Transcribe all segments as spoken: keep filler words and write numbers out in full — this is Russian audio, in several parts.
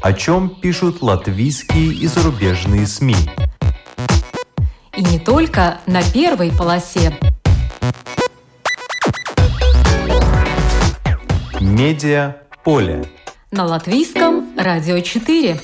О чем пишут латвийские и зарубежные СМИ. И не только на первой полосе. Медиаполе. На Латвийском радио четыре.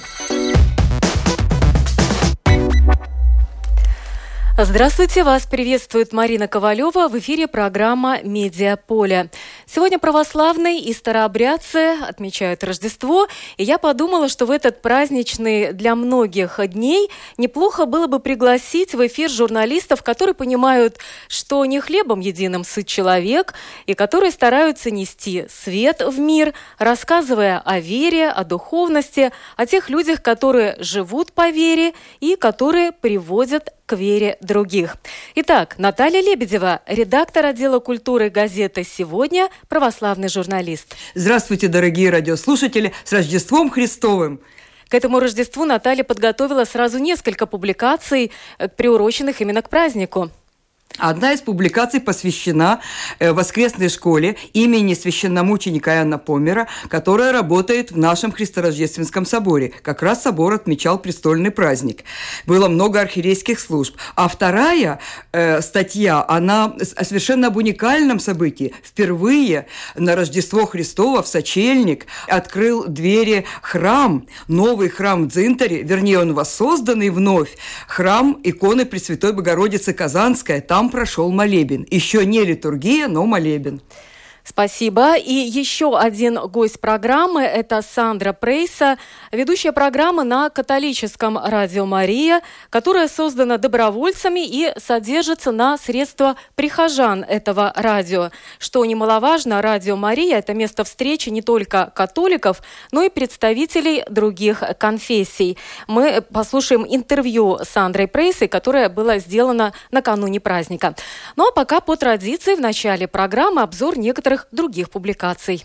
Здравствуйте, вас приветствует Марина Ковалева. В эфире программа «Медиаполе». Сегодня православные и старообрядцы отмечают Рождество, и я подумала, что в этот праздничный для многих дней неплохо было бы пригласить в эфир журналистов, которые понимают, что не хлебом единым сыт человек, и которые стараются нести свет в мир, рассказывая о вере, о духовности, о тех людях, которые живут по вере и которые приводят к вере других. Итак, Наталья Лебедева, редактор отдела культуры газеты «Сегодня», православный журналист. Здравствуйте, дорогие радиослушатели, с Рождеством Христовым! К этому Рождеству Наталья подготовила сразу несколько публикаций, приуроченных именно к празднику. Одна из публикаций посвящена воскресной школе имени священномученика Иоанна Помера, которая работает в нашем Христорождественском соборе. Как раз собор отмечал престольный праздник. Было много архиерейских служб. А вторая э, статья, она совершенно об уникальном событии. Впервые на Рождество Христово в Сочельник открыл двери храм, новый храм в Дзинтаре, вернее, он воссозданный вновь, храм иконы Пресвятой Богородицы Казанской. Там прошел молебен. Еще не литургия, но молебен. Спасибо. И еще один гость программы – это Сандра Прейса, ведущая программы на католическом радио «Мария», которая создана добровольцами и содержится на средства прихожан этого радио. Что немаловажно, радио «Мария» – это место встречи не только католиков, но и представителей других конфессий. Мы послушаем интервью с Сандрой Прейсой, которое было сделано накануне праздника. Ну а пока по традиции в начале программы обзор некоторых других публикаций.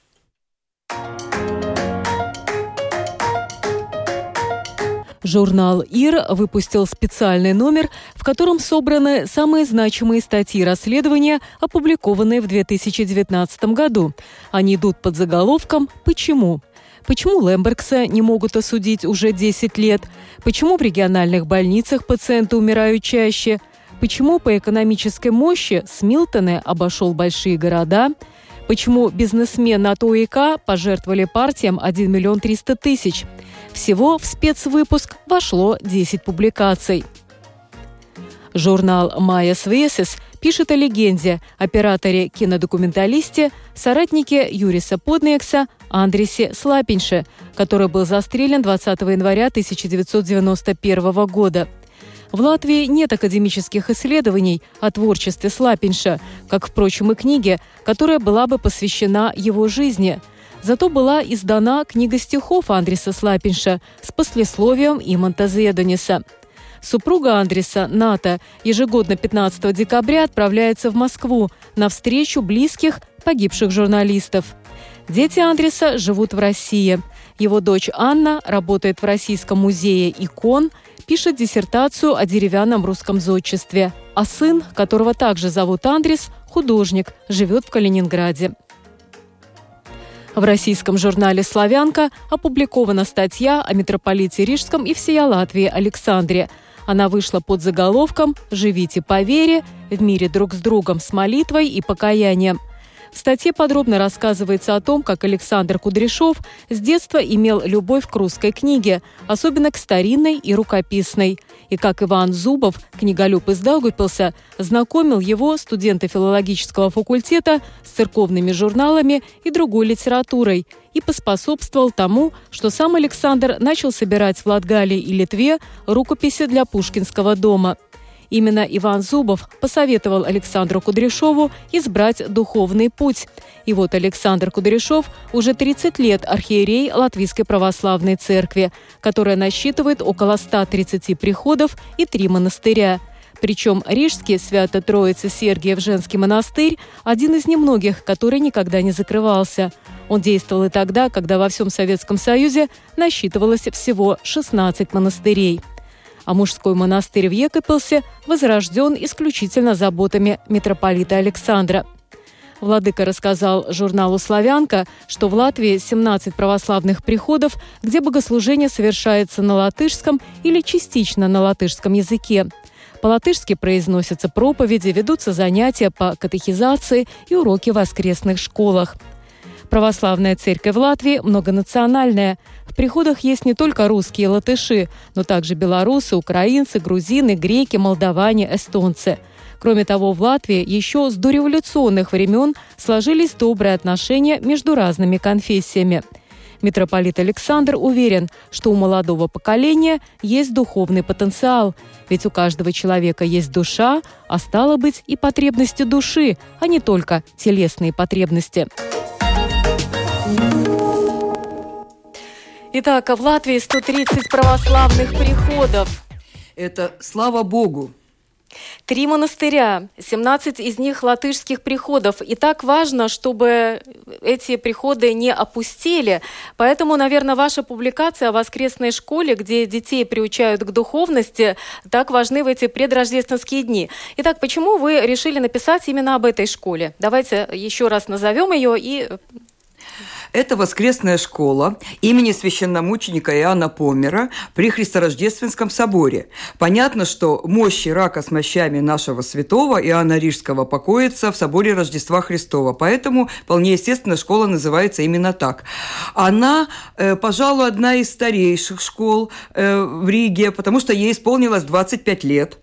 Журнал «Ир» выпустил специальный номер, в котором собраны самые значимые статьи расследования, опубликованные в две тысячи девятнадцатом году. Они идут под заголовком «Почему?». Почему Лембергса не могут осудить уже десять лет? Почему в региональных больницах пациенты умирают чаще? Почему по экономической мощи Смилтоне обошел большие города? Почему бизнесмены от ОИК пожертвовали партиям один миллион триста тысяч? Всего в спецвыпуск вошло десять публикаций. Журнал «Майя Свесис» пишет о легенде, операторе-кинодокументалисте, соратнике Юриса Подниекса Андрисе Слапинше, который был застрелен двадцатого января тысяча девятьсот девяносто первого года. В Латвии нет академических исследований о творчестве Слапинша, как, впрочем, и книги, которая была бы посвящена его жизни. Зато была издана книга стихов Андриса Слапинша с послесловием Иманта Зедониса. Супруга Андриса, Ната, ежегодно пятнадцатого декабря отправляется в Москву на встречу близких погибших журналистов. Дети Андриса живут в России. Его дочь Анна работает в Российском музее икон, пишет диссертацию о деревянном русском зодчестве. А сын, которого также зовут Андрис, художник, живет в Калининграде. В российском журнале «Славянка» опубликована статья о митрополите Рижском и всея Латвии Александре. Она вышла под заголовком «Живите по вере, в мире друг с другом с молитвой и покаянием». В статье подробно рассказывается о том, как Александр Кудряшов с детства имел любовь к русской книге, особенно к старинной и рукописной, и как Иван Зубов, книголюб из Даугавпилса, знакомил его, студента филологического факультета, с церковными журналами и другой литературой, и поспособствовал тому, что сам Александр начал собирать в Латгалии и Литве рукописи для Пушкинского дома. Именно Иван Зубов посоветовал Александру Кудряшову избрать духовный путь. И вот Александр Кудряшов уже тридцать лет архиерей Латвийской православной церкви, которая насчитывает около ста тридцати приходов и три монастыря. Причем Рижский Свято-Троице-Сергиев женский монастырь – один из немногих, который никогда не закрывался. Он действовал и тогда, когда во всем Советском Союзе насчитывалось всего шестнадцать монастырей. А мужской монастырь в Екапелсе возрожден исключительно заботами митрополита Александра. Владыка рассказал журналу «Славянка», что в Латвии семнадцать православных приходов, где богослужение совершается на латышском или частично на латышском языке. По-латышски произносятся проповеди, ведутся занятия по катехизации и уроки в воскресных школах. Православная церковь в Латвии многонациональная. В приходах есть не только русские латыши, но также белорусы, украинцы, грузины, греки, молдаване, эстонцы. Кроме того, в Латвии еще с дореволюционных времен сложились добрые отношения между разными конфессиями. Митрополит Александр уверен, что у молодого поколения есть духовный потенциал. Ведь у каждого человека есть душа, а стало быть и потребности души, а не только телесные потребности. Итак, в Латвии сто тридцать православных приходов. Это слава Богу. Три монастыря, семнадцать из них латышских приходов. И так важно, чтобы эти приходы не опустели. Поэтому, наверное, ваша публикация о воскресной школе, где детей приучают к духовности, так важны в эти предрождественские дни. Итак, почему вы решили написать именно об этой школе? Давайте еще раз назовем ее и... Это воскресная школа имени священномученика Иоанна Помера при Христорождественском соборе. Понятно, что мощи рака с мощами нашего святого Иоанна Рижского покоятся в соборе Рождества Христова. Поэтому, вполне естественно, школа называется именно так. Она, э, пожалуй, одна из старейших школ э, в Риге, потому что ей исполнилось двадцать пять лет.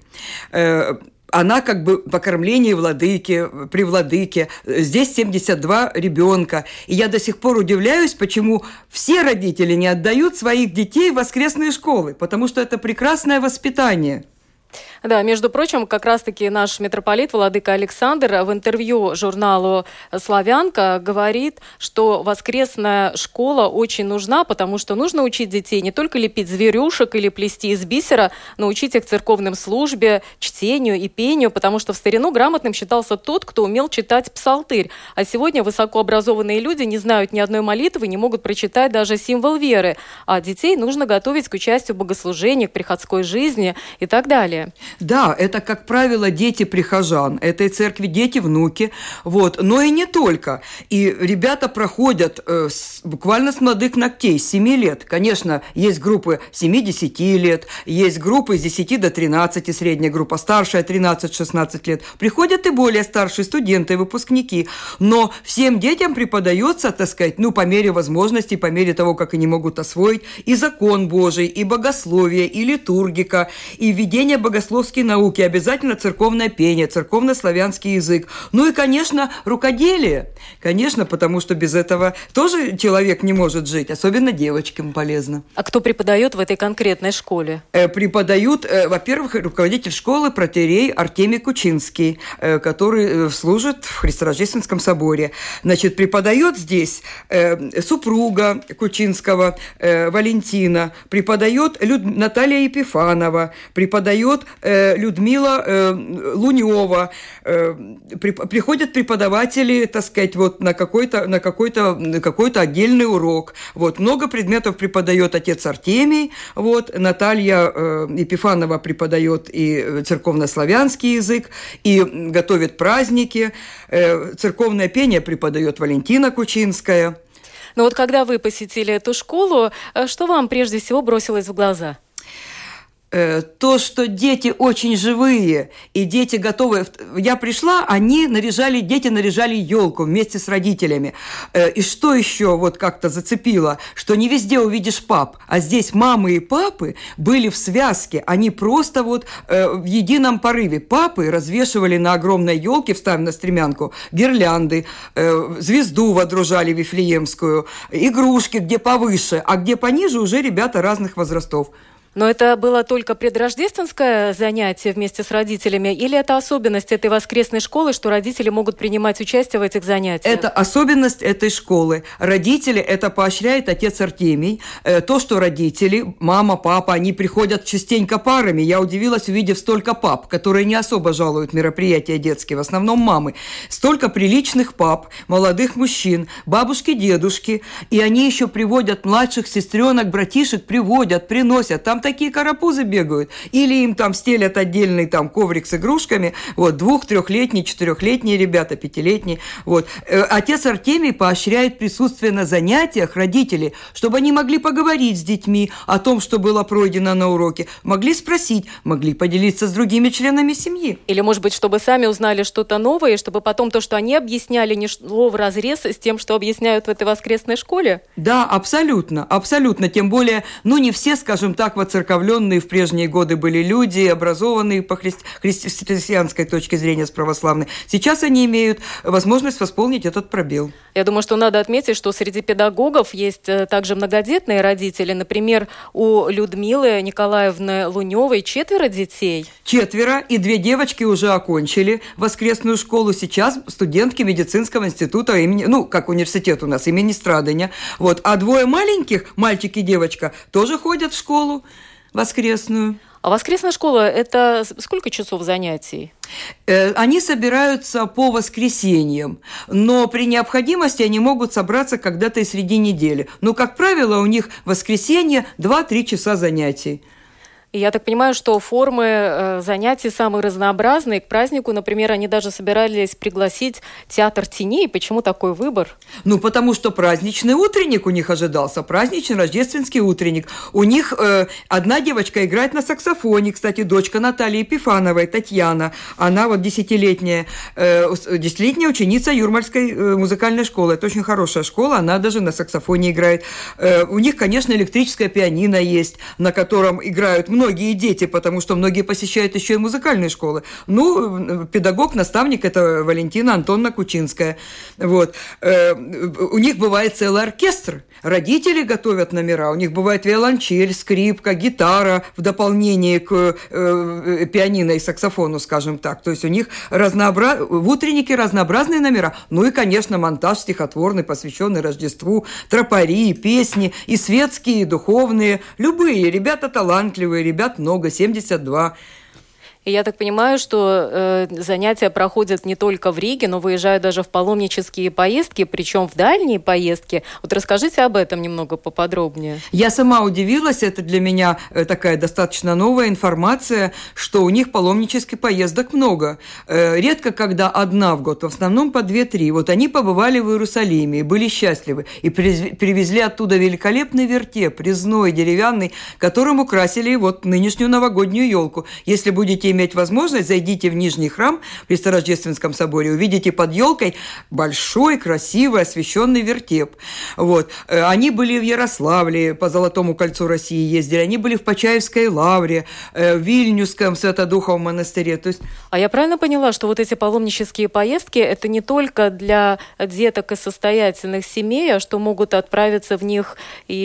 Э, Она как бы в окормлении владыки, при владыке. Здесь семьдесят два ребенка. И я до сих пор удивляюсь, почему все родители не отдают своих детей в воскресные школы, потому что это прекрасное воспитание. Да, между прочим, как раз-таки наш митрополит владыка Александр в интервью журналу «Славянка» говорит, что воскресная школа очень нужна, потому что нужно учить детей не только лепить зверюшек или плести из бисера, но учить их церковным службе, чтению и пению, потому что в старину грамотным считался тот, кто умел читать псалтырь. А сегодня высокообразованные люди не знают ни одной молитвы, не могут прочитать даже символ веры. А детей нужно готовить к участию в богослужении, к приходской жизни и так далее. Да, это, как правило, дети прихожан этой церкви, дети-внуки, вот, но и не только. И ребята проходят э, с, буквально с молодых ногтей, с семи лет. Конечно, есть группы семи-десяти лет, есть группы с десяти до тринадцати, средняя группа, старшая тринадцать-шестнадцать лет. Приходят и более старшие студенты, выпускники. Но всем детям преподается, так сказать, ну, по мере возможностей, по мере того, как они могут освоить и закон Божий, и богословие, и литургика, и введение богословских науки, обязательно церковное пение, церковно-славянский язык. Ну и, конечно, рукоделие. Конечно, потому что без этого тоже человек не может жить, особенно девочкам полезно. А кто преподает в этой конкретной школе? Э, преподают, э, во-первых, руководитель школы протоиерей Артемий Кучинский, э, который служит в Христорождественском соборе. Значит, преподает здесь э, супруга Кучинского, э, Валентина, преподает Люд... Наталья Епифанова, преподает э, Людмила э, Лунева, э, при, приходят преподаватели, так сказать, вот на какой-то, на какой-то, на какой-то отдельный урок. Вот, много предметов преподает отец Артемий, вот, Наталья э, Епифанова преподает и церковно-славянский язык, и готовит праздники, э, церковное пение преподает Валентина Кучинская. Но вот когда вы посетили эту школу, что вам прежде всего бросилось в глаза? То, что дети очень живые, и дети готовы... Я пришла, они наряжали, дети наряжали елку вместе с родителями. И что еще вот как-то зацепило? Что не везде увидишь пап, а здесь мамы и папы были в связке. Они просто вот в едином порыве. Папы развешивали на огромной елке, вставив на стремянку, гирлянды, звезду водружали вифлеемскую, игрушки, где повыше, а где пониже уже ребята разных возрастов. Но это было только предрождественское занятие вместе с родителями, или это особенность этой воскресной школы, что родители могут принимать участие в этих занятиях? Это особенность этой школы. Родители, это поощряет отец Артемий. То, что родители, мама, папа, они приходят частенько парами. Я удивилась, увидев столько пап, которые не особо жалуют мероприятия детские, в основном мамы. Столько приличных пап, молодых мужчин, бабушки, дедушки. И они еще приводят младших сестренок, братишек, приводят, приносят. Там такие карапузы бегают. Или им там стелят отдельный там коврик с игрушками, вот, двух-, трехлетние, четырехлетние ребята, пятилетние, вот. Отец Артемий поощряет присутствие на занятиях родителей, чтобы они могли поговорить с детьми о том, что было пройдено на уроке, могли спросить, могли поделиться с другими членами семьи. Или, может быть, чтобы сами узнали что-то новое, чтобы потом то, что они объясняли, не шло вразрез с тем, что объясняют в этой воскресной школе? Да, абсолютно, абсолютно. Тем более, ну, не все, скажем так, воцерковленные в прежние годы были люди, образованные по христи... христианской точке зрения, с православной. Сейчас они имеют возможность восполнить этот пробел. Я думаю, что надо отметить, что среди педагогов есть также многодетные родители. Например, у Людмилы Николаевны Луневой четверо детей. Четверо, и две девочки уже окончили воскресную школу. Сейчас студентки медицинского института имени, ну, как университет у нас, имени Страдыня. Вот. А двое маленьких, мальчик и девочка, тоже ходят в школу воскресную. А воскресная школа – это сколько часов занятий? Они собираются по воскресеньям, но при необходимости они могут собраться когда-то и среди недели. Но, как правило, у них воскресенье два-три часа занятий. И я так понимаю, что формы э, занятий самые разнообразные. К празднику, например, они даже собирались пригласить театр теней. Почему такой выбор? Ну, потому что праздничный утренник у них ожидался, праздничный рождественский утренник. У них э, одна девочка играет на саксофоне, кстати, дочка Натальи Епифановой, Татьяна. Она вот десятилетняя, э, десятилетняя ученица Юрмальской э, музыкальной школы. Это очень хорошая школа, она даже на саксофоне играет. Э, у них, конечно, электрическое пианино есть, на котором играют много многие дети, потому что многие посещают еще и музыкальные школы. Ну, педагог, наставник – это Валентина Антоновна Кучинская. Вот. У них бывает целый оркестр. Родители готовят номера. У них бывает виолончель, скрипка, гитара в дополнение к э, пианино и саксофону, скажем так. То есть у них разнообра... в утреннике разнообразные номера. Ну и, конечно, монтаж стихотворный, посвященный Рождеству, тропари, песни, и светские, и духовные. Любые. Ребята талантливые, ребят много, семьдесят два. И я так понимаю, что э, занятия проходят не только в Риге, но выезжают даже в паломнические поездки, причем в дальние поездки. Вот расскажите об этом немного поподробнее. Я сама удивилась, это для меня такая достаточно новая информация, что у них паломнических поездок много. Э, редко, когда одна в год, в основном по две-три. Вот они побывали в Иерусалиме и были счастливы. И привезли оттуда великолепный вертеп, резной, деревянный, которым украсили вот нынешнюю новогоднюю елку. Если будете иметь возможность, зайдите в Нижний храм при Старорождественском соборе, увидите под елкой большой, красивый, освященный вертеп. Вот. Они были в Ярославле, по Золотому кольцу России ездили, они были в Почаевской лавре, в Вильнюсском Святодуховом монастыре. То есть... А я правильно поняла, что вот эти паломнические поездки – это не только для деток из состоятельных семей, а что могут отправиться в них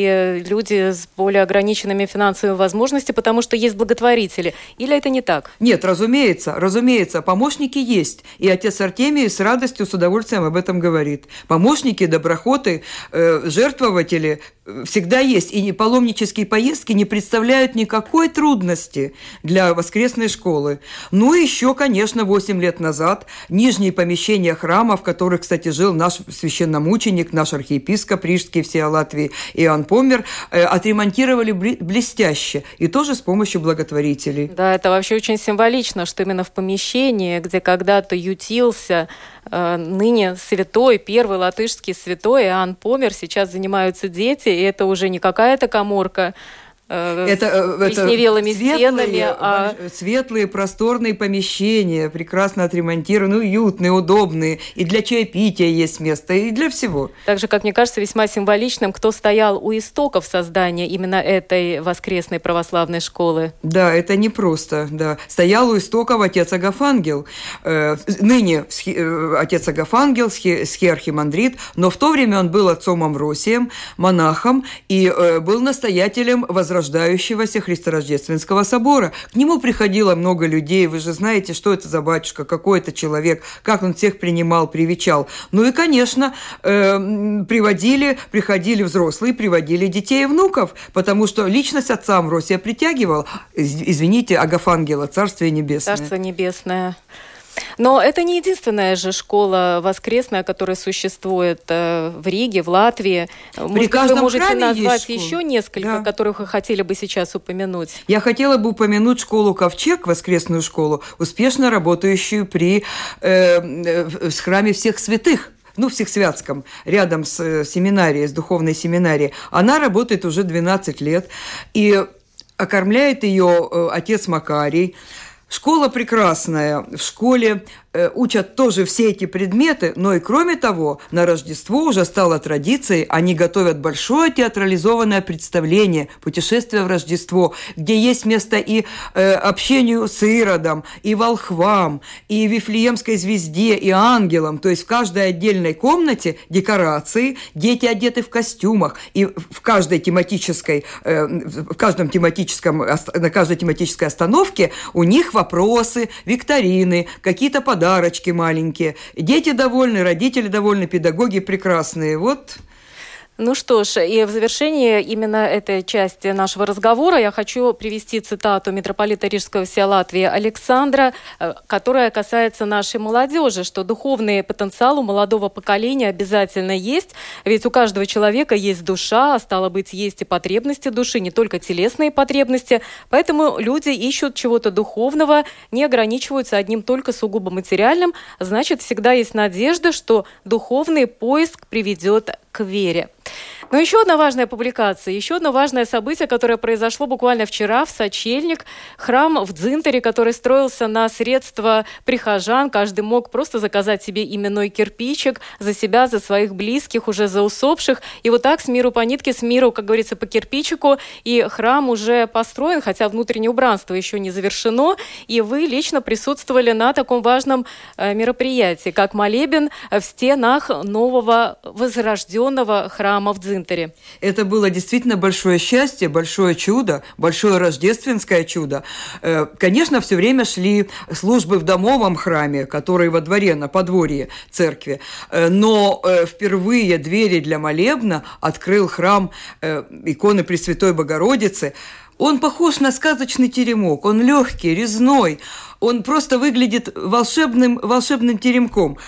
и люди с более ограниченными финансовыми возможностями, потому что есть благотворители? Или это не так? Нет, разумеется, разумеется, помощники есть. И отец Артемий с радостью, с удовольствием об этом говорит. Помощники, доброхоты, э, жертвователи всегда есть. И паломнические поездки не представляют никакой трудности для воскресной школы. Ну и еще, конечно, восемь лет назад нижние помещения храма, в которых, кстати, жил наш священномученик, наш архиепископ рижский всей Латвии Иоанн Помер, э, отремонтировали блестяще. И тоже с помощью благотворителей. Да, это вообще очень символично, что именно в помещении, где когда-то ютился э, ныне святой, первый латышский святой Иоанн Помер, сейчас занимаются дети, и это уже не какая-то каморка, Это, с плесневелыми стенами. А... Светлые, просторные помещения, прекрасно отремонтированные, уютные, удобные. И для чаепития есть место, и для всего. Также, как мне кажется, весьма символичным, кто стоял у истоков создания именно этой воскресной православной школы. Да, это непросто. Да. Стоял у истоков отец Агафангел. Э, ныне э, отец Агафангел, схиархимандрит, но в то время он был отцом Амвросием, монахом, и э, был настоятелем возрождения рождающегося Христорождественского собора. К нему приходило много людей. Вы же знаете, что это за батюшка, какой это человек, как он всех принимал, привечал. Ну и, конечно, э, приводили, приходили взрослые, приводили детей и внуков, потому что личность отца Амвросия притягивала. Извините, Агафангела, Царствие Небесное. Царство Небесное. Но это не единственная же школа воскресная, которая существует э, в Риге, в Латвии. Может При быть, каждом вы можете храме назвать есть еще несколько, да. которых вы хотели бы сейчас упомянуть? Я хотела бы упомянуть школу «Ковчег», воскресную школу, успешно работающую при э, э, в храме всех святых. Ну, в Всехсвятском, рядом с семинарией, с духовной семинарией. Она работает уже двенадцать лет, и окормляет ее отец Макарий. Школа прекрасная. В школе э, учат тоже все эти предметы, но и кроме того, на Рождество уже стало традицией, они готовят большое театрализованное представление «Путешествие в Рождество», где есть место и э, общению с Иродом, и волхвам, и Вифлеемской звезде, и ангелам. То есть в каждой отдельной комнате декорации, дети одеты в костюмах, и в каждой тематической, э, в каждом тематическом, на каждой тематической остановке у них вопросы, викторины, какие-то подарочки маленькие. Дети довольны, родители довольны, педагоги прекрасные. Вот. Ну что ж, и в завершении именно этой части нашего разговора я хочу привести цитату митрополита Рижского всея Латвии Александра, которая касается нашей молодежи, что духовный потенциал у молодого поколения обязательно есть, ведь у каждого человека есть душа, а стало быть, есть и потребности души, не только телесные потребности, поэтому люди ищут чего-то духовного, не ограничиваются одним только сугубо материальным, значит, всегда есть надежда, что духовный поиск приведет к вере. Но еще одна важная публикация, еще одно важное событие, которое произошло буквально вчера в Сочельник. Храм в Дзинтере, который строился на средства прихожан. Каждый мог просто заказать себе именной кирпичик за себя, за своих близких, уже за усопших. И вот так с миру по нитке, с миру, как говорится, по кирпичику. И храм уже построен, хотя внутреннее убранство еще не завершено. И вы лично присутствовали на таком важном э, мероприятии, как молебен в стенах нового возрожденного храма в Дзинтере. Это было действительно большое счастье, большое чудо, большое рождественское чудо. Конечно, все время шли службы в домовом храме, который во дворе, на подворье церкви, но впервые двери для молебна открыл храм иконы Пресвятой Богородицы. Он похож на сказочный теремок, он легкий, резной, он просто выглядит волшебным, волшебным теремком.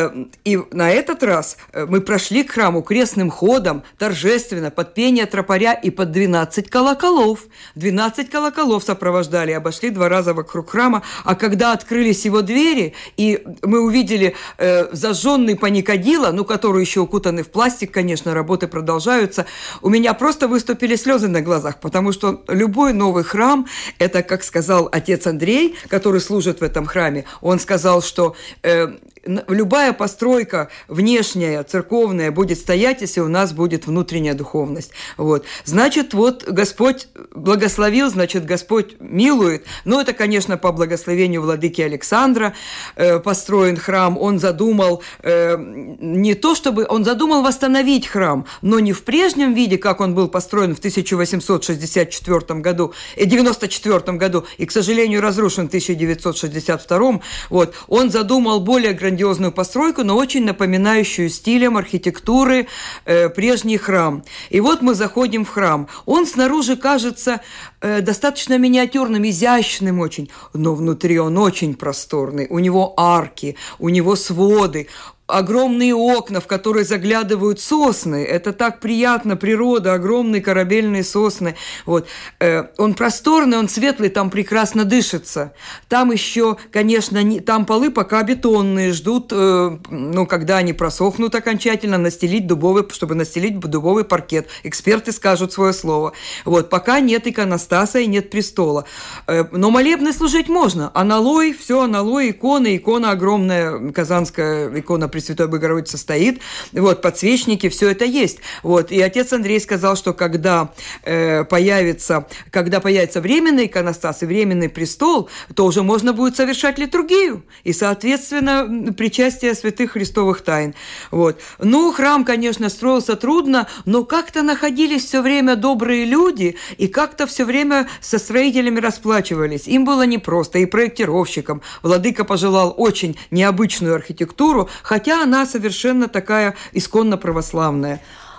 И на этот раз мы прошли к храму крестным ходом, торжественно, под пение тропаря и под двенадцать колоколов. двенадцать колоколов сопровождали, обошли два раза вокруг храма. А когда открылись его двери, и мы увидели зажженный паникадило, ну, который еще укутанный в пластик, конечно, работы продолжаются, у меня просто выступили слезы на глазах, потому что любой новый храм, это, как сказал отец Андрей, который служит в этом храме, он сказал, что э, любая постройка внешняя, церковная будет стоять, если у нас будет внутренняя духовность. Вот. Значит, вот Господь благословил, значит, Господь милует. Но это, конечно, по благословению владыки Александра э, построен храм. Он задумал э, не то, чтобы... Он задумал восстановить храм, но не в прежнем виде, как он был построен в тысяча восемьсот шестьдесят четвёртом году, и девяносто четвёртом году, и, к сожалению, разрушен в тысяча девятьсот шестьдесят втором. Вот. Он задумал более грандиозную постройку, но очень напоминающую стилем архитектуры э, прежний храм. И вот мы заходим в храм. Он снаружи кажется э, достаточно миниатюрным, изящным очень, но внутри он очень просторный. У него арки, у него своды, огромные окна, в которые заглядывают сосны. Это так приятно, природа, огромные корабельные сосны. Вот. Он просторный, он светлый, там прекрасно дышится. Там еще, конечно, не, там полы пока бетонные, ждут, ну, когда они просохнут окончательно, настелить дубовый, чтобы настелить дубовый паркет. Эксперты скажут свое слово. Вот. Пока нет иконостаса и нет престола. Но молебны служить можно. Аналой, все аналой, иконы, икона огромная, казанская икона Пресвятой Богородицы стоит, вот, подсвечники, все это есть. Вот, и отец Андрей сказал, что когда, э, появится, когда появится временный иконостас и временный престол, то уже можно будет совершать литургию и, соответственно, причастие святых христовых тайн. Вот. Ну, храм, конечно, строился трудно, но как-то находились все время добрые люди и как-то все время со строителями расплачивались. Им было непросто, и проектировщикам. Владыка пожелал очень необычную архитектуру, хотя она совершенно такая исконно православная.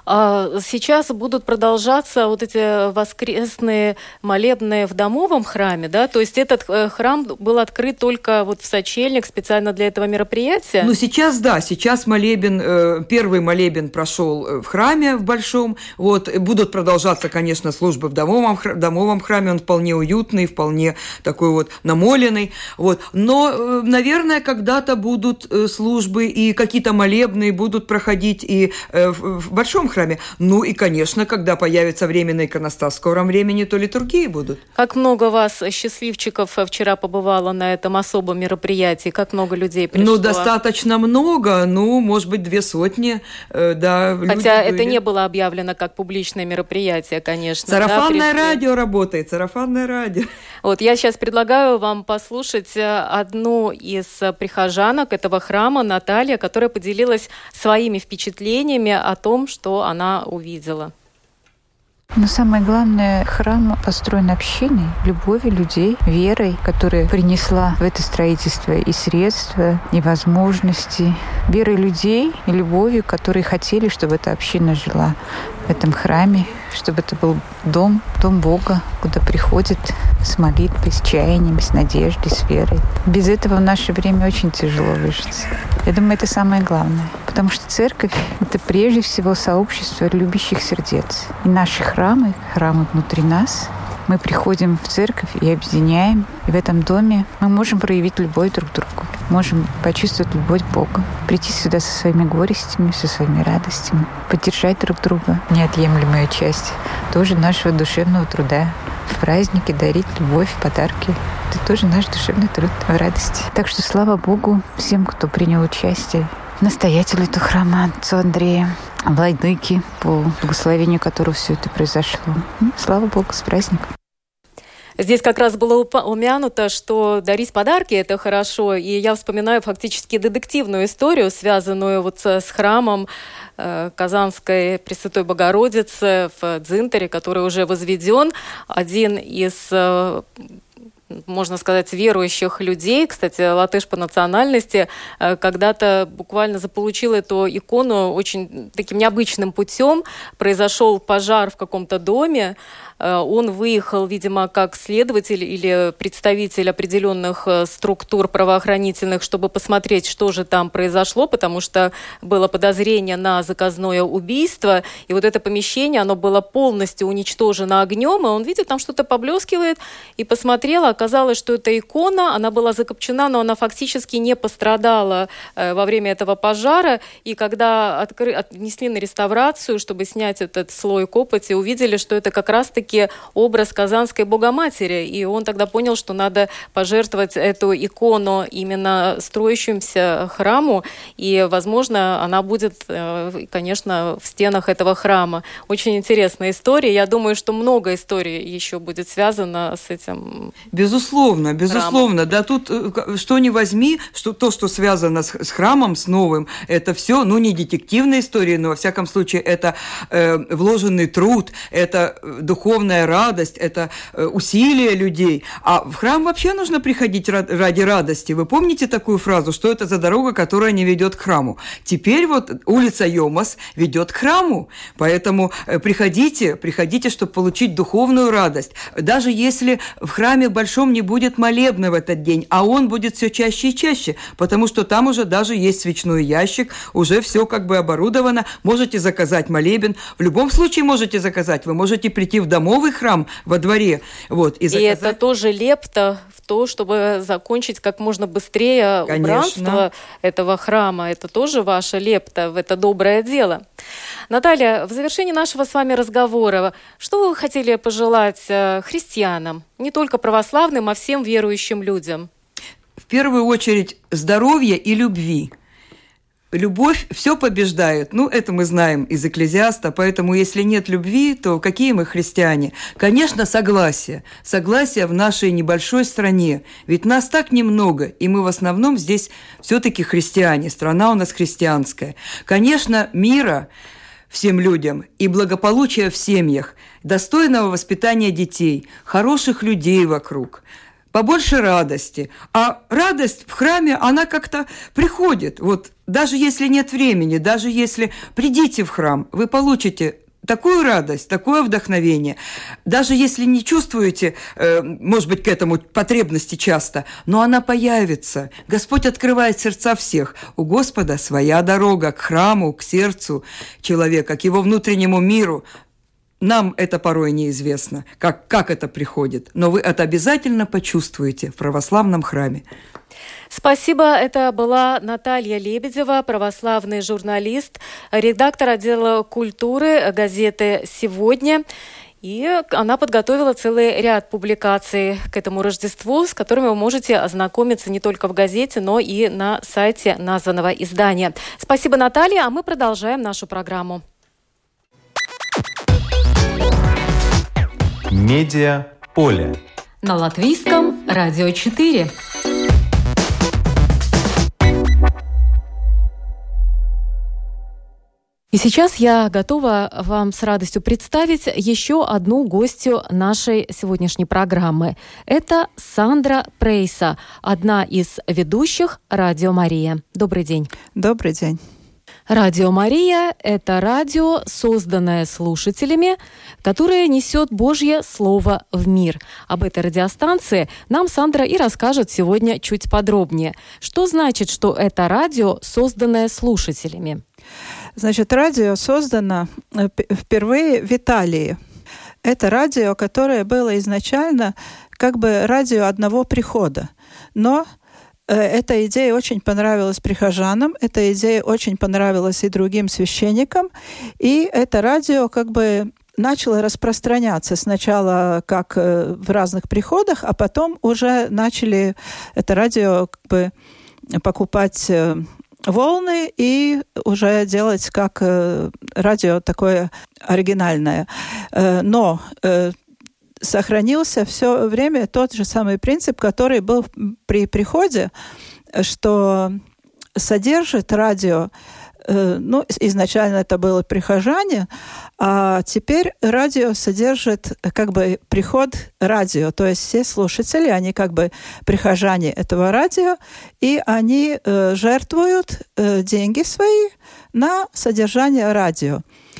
А сейчас будут продолжаться вот эти воскресные молебны в домовом храме, да? То есть этот храм был открыт только вот в сочельник специально для этого мероприятия? Ну, сейчас, да, сейчас молебен, первый молебен прошел в храме в Большом. Вот, будут продолжаться, конечно, службы в домовом, домовом храме, он вполне уютный, вполне такой вот намоленный. Вот. Но, наверное, когда-то будут службы и какие-то молебны будут проходить и в Большом храме. Ну и, конечно, когда появится временный иконостас в скором времени, то литургии будут. Как много вас, счастливчиков, вчера побывало на этом особом мероприятии? Как много людей пришло? Ну, достаточно много, ну, может быть, две сотни, э, да. Хотя это были. Не было объявлено как публичное мероприятие, конечно. Сарафанное да, радио работает, сарафанное радио. Вот, я сейчас предлагаю вам послушать одну из прихожанок этого храма, Наталья, которая поделилась своими впечатлениями о том, что она увидела. Но самое главное, храм построен общиной, любовью людей, верой, которая принесла в это строительство и средства, и возможности. Верой людей и любовью, которые хотели, чтобы эта община жила в этом храме, чтобы это был дом, дом Бога, куда приходят с молитвой, с чаянием, с надеждой, с верой. Без этого в наше время очень тяжело выжить. Я думаю, это самое главное. Потому что церковь — это прежде всего сообщество любящих сердец. И наши храмы, храмы внутри нас, мы приходим в церковь и объединяем. И в этом доме мы можем проявить любовь друг к другу. Можем почувствовать любовь Бога. Прийти сюда со своими горестями, со своими радостями. Поддержать друг друга. Неотъемлемая часть тоже нашего душевного труда. В празднике дарить любовь, подарки. Это тоже наш душевный труд в радости. Так что слава Богу всем, кто принял участие. Настоятелю этого храма, отцу Андрея, владыке, по благословению которого все это произошло. Слава Богу, с праздником. Здесь как раз было упомянуто, что дарить подарки – это хорошо. И я вспоминаю фактически детективную историю, связанную вот с храмом э, Казанской Пресвятой Богородицы в Дзинтаре, который уже возведен. Один из... Э, можно сказать, верующих людей, кстати, латыш по национальности, когда-то буквально заполучил эту икону очень таким необычным путем. Произошел пожар в каком-то доме, он выехал, видимо, как следователь или представитель определенных структур правоохранительных, чтобы посмотреть, что же там произошло, потому что было подозрение на заказное убийство, и вот это помещение, оно было полностью уничтожено огнем, и он видит, там что-то поблескивает, и посмотрел, оказалось, что это икона, она была закопчена, но она фактически не пострадала э, во время этого пожара, и когда откры... отнесли на реставрацию, чтобы снять этот слой копоти, увидели, что это как раз-таки образ Казанской Богоматери, и он тогда понял, что надо пожертвовать эту икону именно строящемуся храму, и, возможно, она будет, конечно, в стенах этого храма. Очень интересная история. Я думаю, что много историй еще будет связано с этим. Безусловно, безусловно. Храмом. Да тут что ни возьми, что то, что связано с, с храмом, с новым, это все, ну, не детективная история, но, во всяком случае, это э, вложенный труд, это духовная радость, это усилие людей. А в храм вообще нужно приходить ради радости. Вы помните такую фразу, что это за дорога, которая не ведет к храму? Теперь вот улица Йомас ведет к храму. Поэтому приходите, приходите, чтобы получить духовную радость. Даже если в храме большом не будет молебна в этот день, а он будет все чаще и чаще, потому что там уже даже есть свечной ящик, уже все как бы оборудовано. Можете заказать молебен. В любом случае можете заказать. Вы можете прийти в домовый храм во дворе. Вот, и, и это тоже лепта в то, чтобы закончить как можно быстрее Конечно. убранство этого храма. Это тоже ваша лепта в это доброе дело. Наталья, в завершении нашего с вами разговора, что вы хотели пожелать христианам, не только православным, а всем верующим людям? В первую очередь здоровья и любви. Любовь все побеждает. Ну, это мы знаем из Экклезиаста, поэтому если нет любви, то какие мы христиане? Конечно, согласие. Согласие в нашей небольшой стране. Ведь нас так немного, и мы в основном здесь все-таки христиане. Страна у нас христианская. Конечно, мира всем людям и благополучия в семьях, достойного воспитания детей, хороших людей вокруг, побольше радости. А радость в храме, она как-то приходит. Вот даже если нет времени, даже если придите в храм, вы получите такую радость, такое вдохновение. Даже если не чувствуете, э, может быть, к этому потребности часто, но она появится. Господь открывает сердца всех. У Господа своя дорога к храму, к сердцу человека, к его внутреннему миру. Нам это порой неизвестно, как, как это приходит, но вы это обязательно почувствуете в православном храме. Спасибо. Это была Наталья Лебедева, православный журналист, редактор отдела культуры газеты «Сегодня». И она подготовила целый ряд публикаций к этому Рождеству, с которыми вы можете ознакомиться не только в газете, но и на сайте названного издания. Спасибо, Наталья, а мы продолжаем нашу программу. Медиаполе. На Латвийском радио четыре. И сейчас я готова вам с радостью представить еще одну гостью нашей сегодняшней программы. Это Сандра Прейса, одна из ведущих «Радио Мария». Добрый день. Добрый день. «Радио Мария» — это радио, созданное слушателями, которое несет Божье Слово в мир. Об этой радиостанции нам Сандра и расскажет сегодня чуть подробнее. Что значит, что это радио, созданное слушателями? Значит, радио создано впервые в Италии. Это радио, которое было изначально как бы радио одного прихода. Но э, эта идея очень понравилась прихожанам, эта идея очень понравилась и другим священникам. И это радио как бы начало распространяться сначала как э, в разных приходах, а потом уже начали это радио как бы покупать э, волны и уже делать как э, радио такое оригинальное. Э, но э, сохранился все время тот же самый принцип, который был при приходе, что содержит радио, э, ну, изначально это было прихожане, а теперь радио содержит как бы приход радио, то есть все слушатели, они как бы прихожане этого радио, и они э, жертвуют э, деньги свои на содержание радио.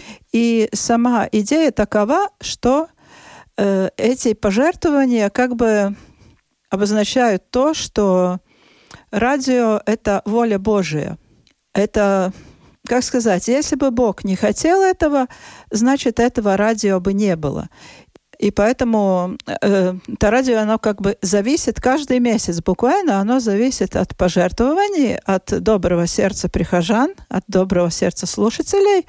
И сама идея такова, что э, эти пожертвования как бы обозначают то, что радио — это воля Божия. Это, как сказать, если бы Бог не хотел этого, значит, этого радио бы не было. И поэтому э, это радио, оно как бы зависит каждый месяц, буквально оно зависит от пожертвований, от доброго сердца прихожан, от доброго сердца слушателей.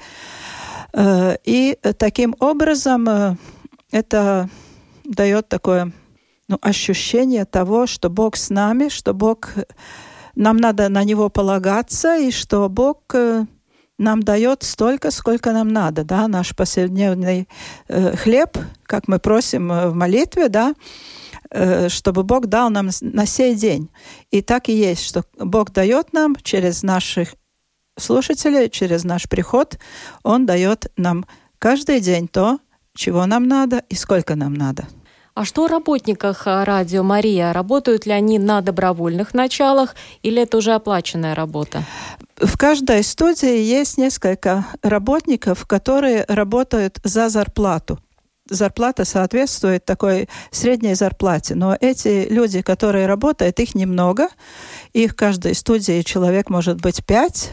Э, и таким образом э, это дает такое ну, ощущение того, что Бог с нами, что Бог, нам надо на Него полагаться, и что Бог э, нам дает столько, сколько нам надо, да, наш повседневный э, хлеб, как мы просим в молитве, да, э, чтобы Бог дал нам на сей день. И так и есть, что Бог дает нам через наших слушателей, через наш приход, Он дает нам каждый день то, чего нам надо и сколько нам надо. А что о работниках «Радио Мария»? Работают ли они на добровольных началах или это уже оплаченная работа? В каждой студии есть несколько работников, которые работают за зарплату. Зарплата соответствует такой средней зарплате. Но эти люди, которые работают, их немного. Их в каждой студии человек может быть пять.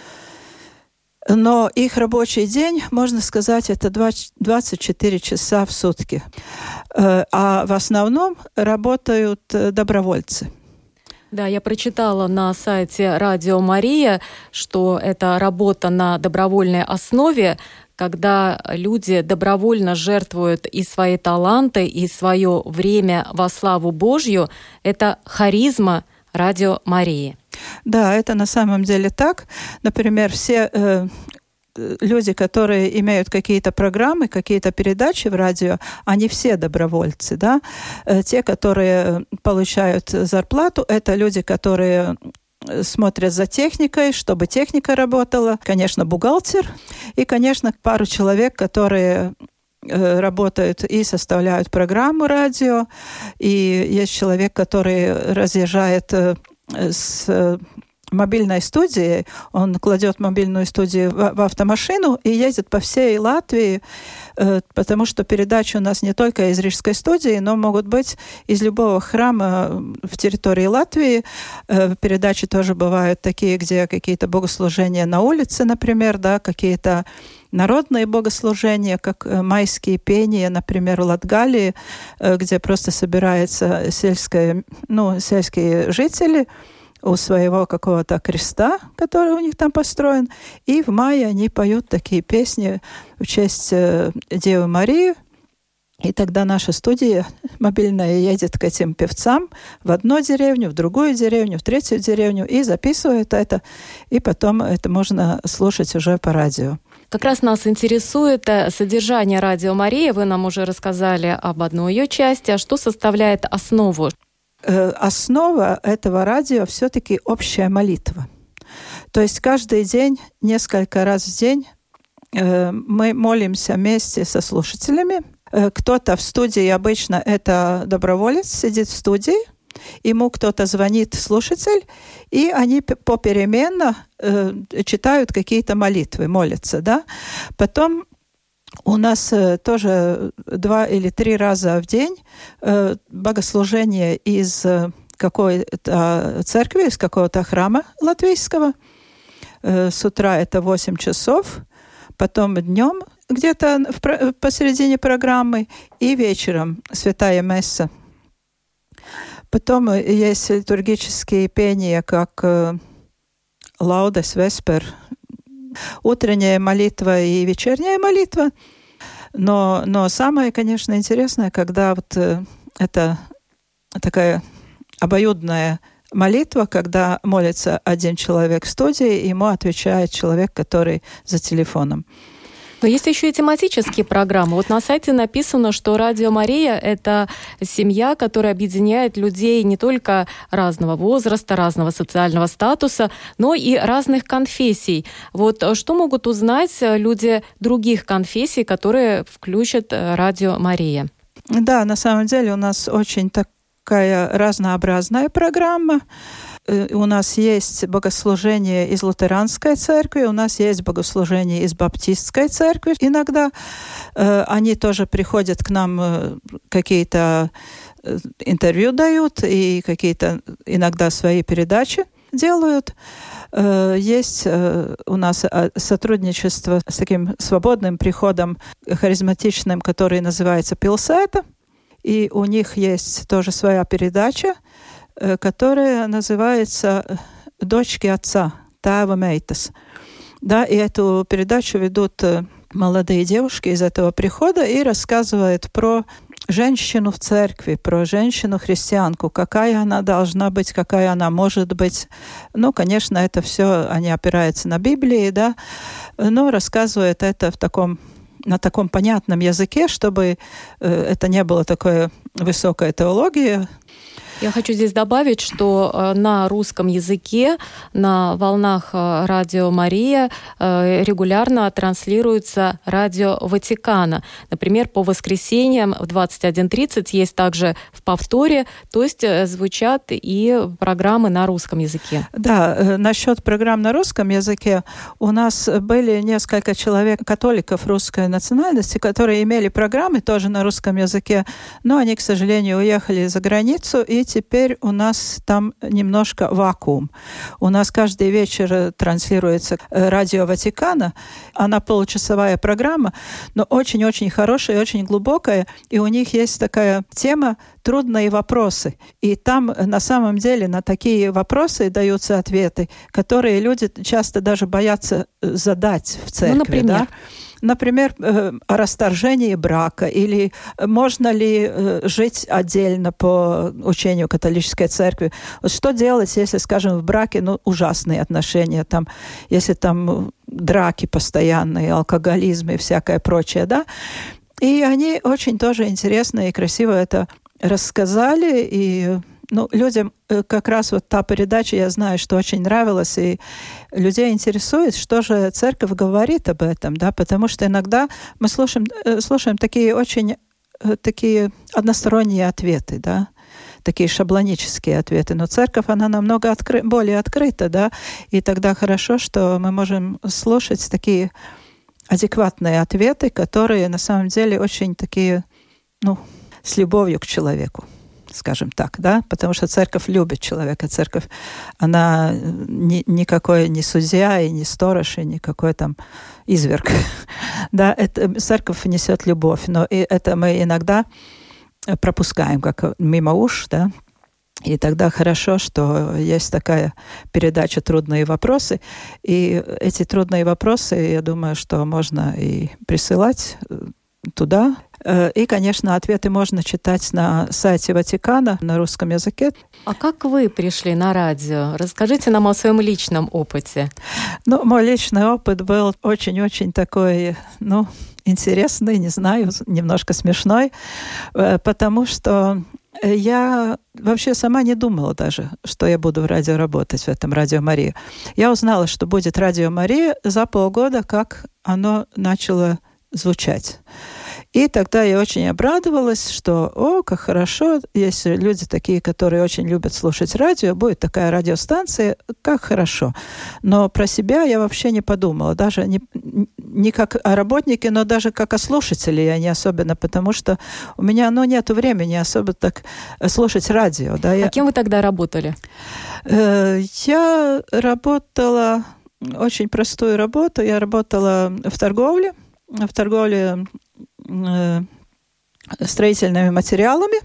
Но их рабочий день, можно сказать, это двадцать четыре часа в сутки. А в основном работают добровольцы. Да, я прочитала на сайте «Радио Мария», что это работа на добровольной основе, когда люди добровольно жертвуют и свои таланты, и свое время во славу Божью. Это харизма «Радио Марии». Да, это на самом деле так. Например, все э, люди, которые имеют какие-то программы, какие-то передачи в радио, они все добровольцы, да. Э, те, которые получают зарплату, это люди, которые смотрят за техникой, чтобы техника работала. Конечно, бухгалтер и, конечно, пару человек, которые работают и составляют программу радио. И есть человек, который разъезжает с мобильной студией, он кладет мобильную студию в, в автомашину и ездит по всей Латвии, э, потому что передачи у нас не только из Рижской студии, но могут быть из любого храма в территории Латвии. Э, передачи тоже бывают такие, где какие-то богослужения на улице, например, да, какие-то народные богослужения, как майские пения, например, в Латгалии, э, где просто собираются сельские, ну, сельские жители у своего какого-то креста, который у них там построен. И в мае они поют такие песни в честь э, Девы Марии. И тогда наша студия мобильная едет к этим певцам в одну деревню, в другую деревню, в третью деревню и записывает это. И потом это можно слушать уже по радио. Как раз нас интересует содержание «Радио Мария». Вы нам уже рассказали об одной ее части. А что составляет основу? Основа этого радио все-таки общая молитва. То есть каждый день, несколько раз в день мы молимся вместе со слушателями. Кто-то в студии, обычно это доброволец, сидит в студии, ему кто-то звонит, слушатель, и они попеременно читают какие-то молитвы, молятся. Да? Потом у нас э, тоже два или три раза в день э, богослужение из э, какой-то церкви, из какого-то храма латвийского. Э, с утра это восемь часов, потом днем где-то в, посередине программы и вечером святая месса. Потом есть литургические пения, как э, Laudes Vesper, утренняя молитва и вечерняя молитва. Но, но самое, конечно, интересное, когда вот э, это такая обоюдная молитва, когда молится один человек в студии, ему отвечает человек, который за телефоном. Но есть еще и тематические программы. Вот на сайте написано, что «Радио Мария» — это семья, которая объединяет людей не только разного возраста, разного социального статуса, но и разных конфессий. Вот что могут узнать люди других конфессий, которые включат «Радио Мария»? Да, на самом деле у нас очень такая разнообразная программа. У нас есть богослужение из лютеранской церкви, у нас есть богослужение из баптистской церкви. Иногда э, они тоже приходят к нам, э, какие-то э, интервью дают и какие-то иногда свои передачи делают. Э, есть э, у нас сотрудничество с таким свободным приходом харизматичным, который называется «Пилсета». И у них есть тоже своя передача, которая называется «Дочки отца», «Тēva meitas». Да, и эту передачу ведут молодые девушки из этого прихода и рассказывают про женщину в церкви, про женщину-христианку, какая она должна быть, какая она может быть. Ну, конечно, это все они опираются на Библии, да, но рассказывают это в таком на таком понятном языке, чтобы э, это не было такой высокой теологии. Я хочу здесь добавить, что на русском языке на волнах «Радио Мария» регулярно транслируется радио Ватикана. Например, по воскресеньям в двадцать один тридцать есть также в повторе, то есть звучат и программы на русском языке. Да, насчет программ на русском языке у нас были несколько человек, католиков русской национальности, которые имели программы тоже на русском языке, но они, к сожалению, уехали за границу, и теперь у нас там немножко вакуум. У нас каждый вечер транслируется радио Ватикана. Она получасовая программа, но очень-очень хорошая и очень глубокая. И у них есть такая тема «Трудные вопросы». И там на самом деле на такие вопросы даются ответы, которые люди часто даже боятся задать в церкви. Ну, например? Да? Например, о расторжении брака, или можно ли жить отдельно по учению католической церкви. Вот что делать, если, скажем, в браке ну, ужасные отношения, там, если там драки постоянные, алкоголизм и всякое прочее, да? И они очень тоже интересно и красиво это рассказали, и ну, людям как раз вот та передача, я знаю, что очень нравилась, и людей интересует, что же церковь говорит об этом, да, потому что иногда мы слушаем, слушаем такие очень такие односторонние ответы, да, такие шаблонические ответы. Но церковь, она намного откры... более открыта, да, и тогда хорошо, что мы можем слушать такие адекватные ответы, которые на самом деле очень такие, ну, с любовью к человеку, скажем так, да, потому что церковь любит человека, церковь, она ни, никакой не судья и не сторож, и никакой там изверг, да, это, церковь несет любовь, но и это мы иногда пропускаем, как мимо уш, да, и тогда хорошо, что есть такая передача «Трудные вопросы», и эти трудные вопросы, я думаю, что можно и присылать туда. И, конечно, ответы можно читать на сайте Ватикана на русском языке. А как вы пришли на радио? Расскажите нам о своем личном опыте. Ну, мой личный опыт был очень-очень такой, ну, интересный, не знаю, немножко смешной, потому что я вообще сама не думала даже, что я буду в радио работать, в этом Радио Мария. Я узнала, что будет Радио Мария за полгода, как оно начало звучать. И тогда я очень обрадовалась, что, о, как хорошо, если люди такие, которые очень любят слушать радио, будет такая радиостанция, как хорошо. Но про себя я вообще не подумала, даже не, не как о работнике, но даже как о слушателе я не особенно, потому что у меня, ну, нету времени особо так слушать радио. Да. Я, а кем вы тогда работали? Э, я работала очень простую работу, я работала в торговле, в торговле э, строительными материалами,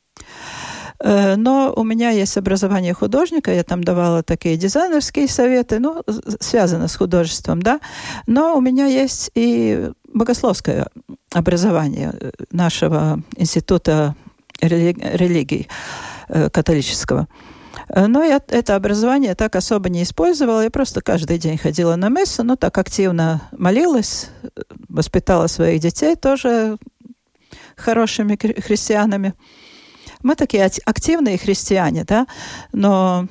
э, но у меня есть образование художника, я там давала такие дизайнерские советы, ну, связано с художеством, да, но у меня есть и богословское образование нашего института религий, религий э, католического. Но я это образование так особо не использовала. Я просто каждый день ходила на мессу, ну, так активно молилась, воспитала своих детей тоже хорошими христианами. Мы такие активные христиане, да, но,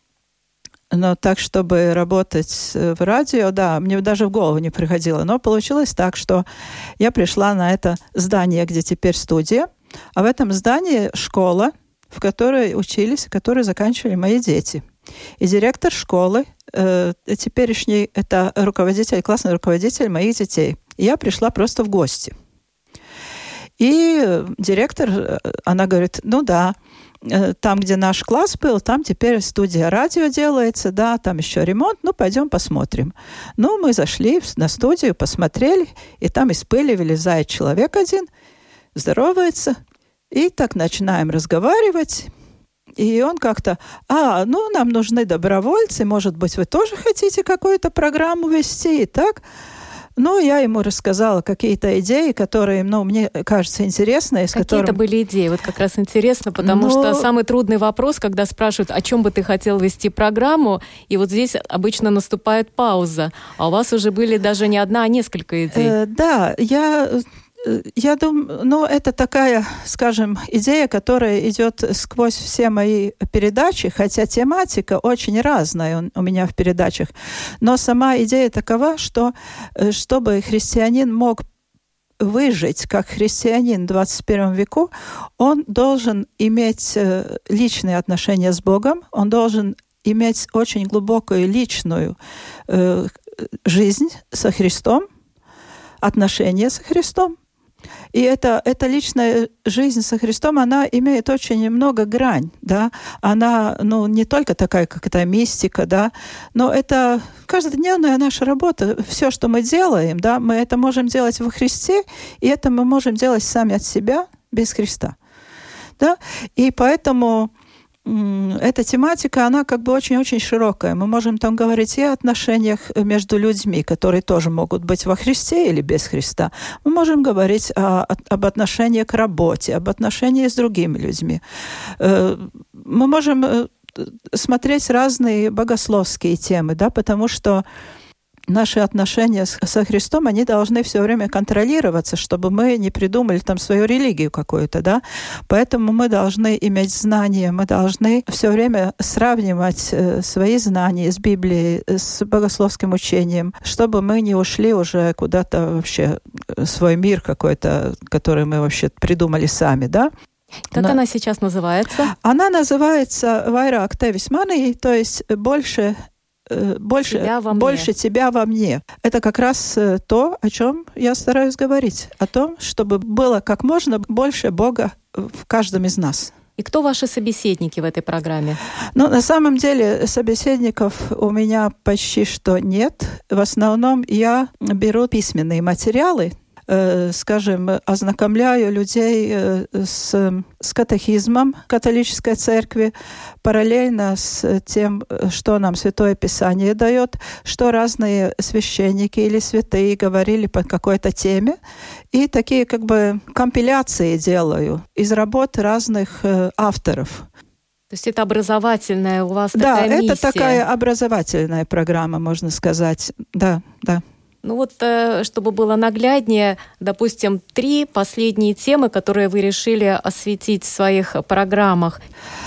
но так, чтобы работать в радио, да, мне даже в голову не приходило. Но получилось так, что я пришла на это здание, где теперь студия, а в этом здании школа, в которой учились, которые заканчивали мои дети. И директор школы, э, теперешний, это руководитель, классный руководитель моих детей. И я пришла просто в гости. И директор, она говорит, ну да, там, где наш класс был, там теперь студия радио делается, да, там еще ремонт, ну, пойдем посмотрим. Ну, мы зашли на студию, посмотрели, и там из пыли вылезает человек один, здоровается. И так начинаем разговаривать, и он как-то, а, ну, нам нужны добровольцы, может быть, вы тоже хотите какую-то программу вести, и так. Ну, я ему рассказала какие-то идеи, которые, ну, мне кажется, интересные. Какие которым... это были идеи? Вот как раз интересно, потому ну... что самый трудный вопрос, когда спрашивают, о чем бы ты хотел вести программу, и вот здесь обычно наступает пауза, а у вас уже были даже не одна, а несколько идей. Э, да, я... Я думаю, ну, это такая, скажем, идея, которая идет сквозь все мои передачи, хотя тематика очень разная у меня в передачах. Но сама идея такова, что чтобы христианин мог выжить как христианин в двадцать первом веку, он должен иметь личные отношения с Богом, он должен иметь очень глубокую личную э, жизнь со Христом, отношения со Христом. И эта, эта личная жизнь со Христом, она имеет очень много грань, да. Она, ну, не только такая, как это мистика, да, но это каждодневная наша работа. Все, что мы делаем, да, мы это можем делать во Христе, и это мы можем делать сами от себя без Христа, да. И поэтому эта тематика, она как бы очень-очень широкая. Мы можем там говорить и о отношениях между людьми, которые тоже могут быть во Христе или без Христа. Мы можем говорить о, об отношениях к работе, об отношениях с другими людьми. Мы можем смотреть разные богословские темы, да, потому что наши отношения с, со Христом, они должны все время контролироваться, чтобы мы не придумали там свою религию какую-то, да. Поэтому мы должны иметь знания, мы должны все время сравнивать э, свои знания с Библией, с богословским учением, чтобы мы не ушли уже куда-то вообще в свой мир какой-то, который мы вообще придумали сами, да. Как Но... она сейчас называется? Она называется «Vairāk tevis manī», то есть больше, больше, тебя во больше тебя во мне. Это как раз то, о чем я стараюсь говорить. О том, чтобы было как можно больше Бога в каждом из нас. И кто ваши собеседники в этой программе? Ну, на самом деле, собеседников у меня почти что нет. В основном я беру письменные материалы, скажем, ознакомляю людей с, с катехизмом католической церкви, параллельно с тем, что нам Святое Писание дает, что разные священники или святые говорили по какой-то теме. И такие как бы компиляции делаю из работ разных авторов. То есть это образовательная у вас да, такая миссия? Да, это такая образовательная программа, можно сказать. Да, да. Ну вот, чтобы было нагляднее, допустим, три последние темы, которые вы решили осветить в своих программах.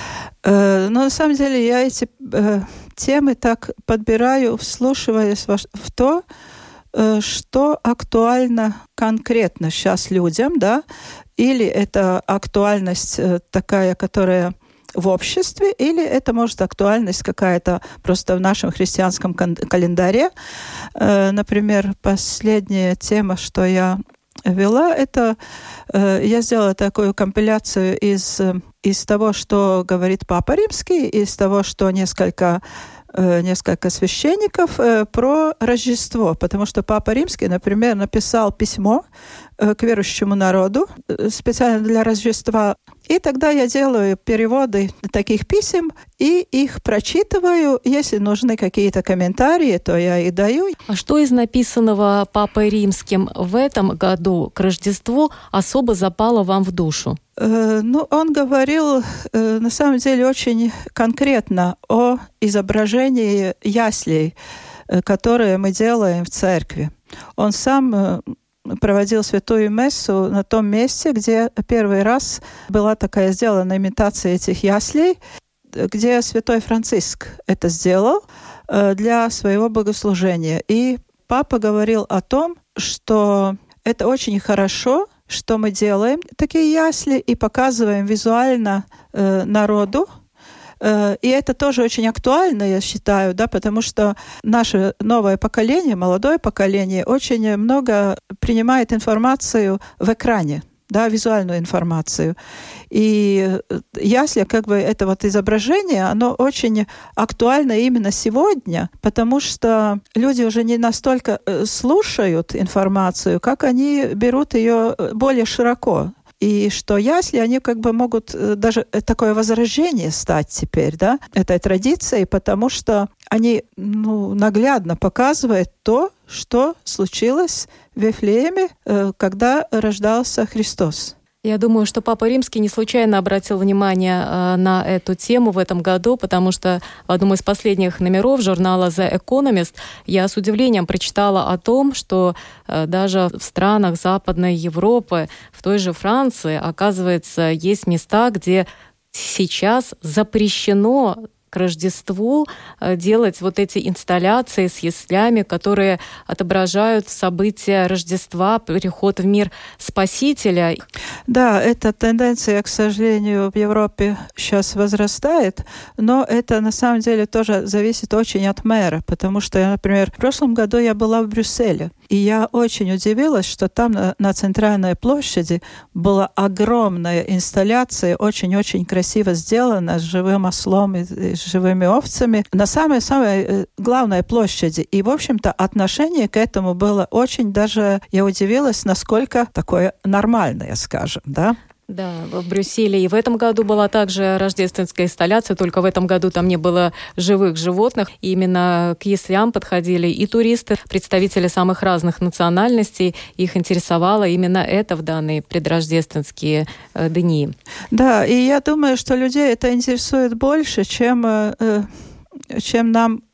Э, но на самом деле я эти э, темы так подбираю, вслушиваясь в, в то, э, что актуально конкретно сейчас людям, да, или это актуальность э, такая, которая в обществе, или это может актуальность какая-то просто в нашем христианском календаре. Например, последняя тема, что я вела, это я сделала такую компиляцию из, из того, что говорит Папа Римский, из того, что несколько несколько священников про Рождество, потому что Папа Римский, например, написал письмо к верующему народу специально для Рождества. И тогда я делаю переводы таких писем и их прочитываю. Если нужны какие-то комментарии, то я их даю. А что из написанного Папой Римским в этом году к Рождеству особо запало вам в душу? Э, ну, он говорил, э, на самом деле, очень конкретно о изображении яслей, э, которые мы делаем в церкви. Он сам э, проводил святую мессу на том месте, где первый раз была такая сделана имитация этих яслей, где святой Франциск это сделал э, для своего богослужения. И папа говорил о том, что это очень хорошо, что мы делаем такие ясли и показываем визуально э, народу. Э, и это тоже очень актуально, я считаю, да, потому что наше новое поколение, молодое поколение, очень много принимает информацию в экране, да, визуальную информацию. И ясли, как бы это вот изображение, оно очень актуально именно сегодня, потому что люди уже не настолько слушают информацию, как они берут ее более широко. И что ясли, они как бы могут даже такое возрождение стать теперь, да, этой традицией, потому что они, ну, наглядно показывают то, что случилось в Вифлееме, когда рождался Христос. Я думаю, что Папа Римский не случайно обратил внимание э, на эту тему в этом году, потому что в одном из последних номеров журнала The Economist я с удивлением прочитала о том, что э, даже в странах Западной Европы, в той же Франции, оказывается, есть места, где сейчас запрещено к Рождеству делать вот эти инсталляции с яслями, которые отображают события Рождества, приход в мир Спасителя. Да, эта тенденция, к сожалению, в Европе сейчас возрастает, но это на самом деле тоже зависит очень от мэра, потому что, например, в прошлом году я была в Брюсселе, и я очень удивилась, что там на, на центральной площади была огромная инсталляция, очень-очень красиво сделана, с живым ослом и, и с живыми овцами, на самой-самой главной площади. И, в общем-то, отношение к этому было очень даже, я удивилась, насколько такое нормальное, скажем, да? Да, в Брюсселе и в этом году была также рождественская инсталляция, только в этом году там не было живых животных. И именно к яслям подходили и туристы, представители самых разных национальностей. Их интересовало именно это в данные предрождественские э, дни. Да, и я думаю, что людей это интересует больше, чем, э, чем нам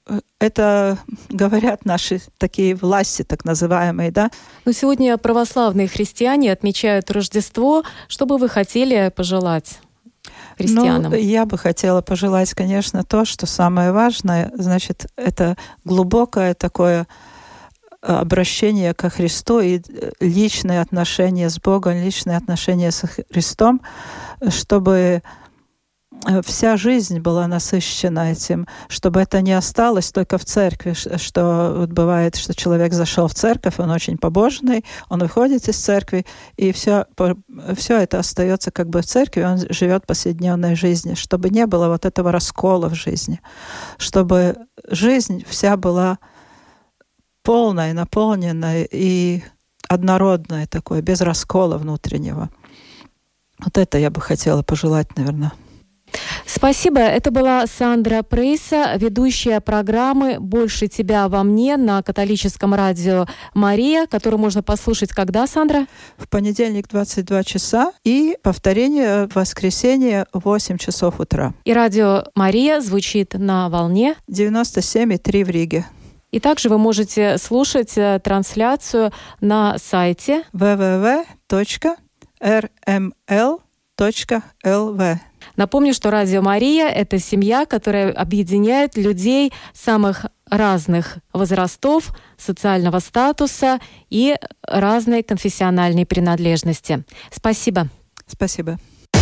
это говорят наши такие власти, так называемые, да. Но сегодня православные христиане отмечают Рождество. Что бы вы хотели пожелать христианам? Ну, я бы хотела пожелать, конечно, то, что самое важное, значит, это глубокое такое обращение ко Христу и личные отношения с Богом, личные отношения с Христом, чтобы вся жизнь была насыщена этим, чтобы это не осталось только в церкви, что вот бывает, что человек зашел в церковь, он очень побожный, он выходит из церкви, и все, все это остается как бы в церкви, он живет повседневной жизнью, чтобы не было вот этого раскола в жизни, чтобы жизнь вся была полной, наполненной и однородной такой, без раскола внутреннего. Вот это я бы хотела пожелать, наверное. Спасибо. Это была Сандра Прейса, ведущая программы «Больше тебя во мне» на католическом радио «Мария», которую можно послушать когда, Сандра? В понедельник двадцать два часа и повторение в воскресенье в восемь часов утра. И радио «Мария» звучит на волне девяносто семь и три в Риге. И также вы можете слушать трансляцию на сайте дабл ю дабл ю дабл ю точка эр эм эл точка эл ви. Напомню, что Радио Мария — это семья, которая объединяет людей самых разных возрастов, социального статуса и разной конфессиональной принадлежности. Спасибо. Спасибо.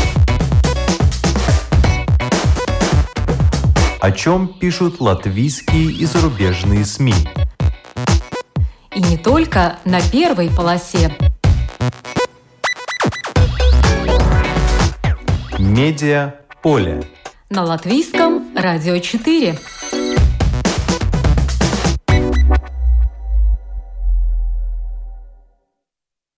О чем пишут латвийские и зарубежные СМИ? И не только на первой полосе. Медиа поле. На Латвийском радио четыре.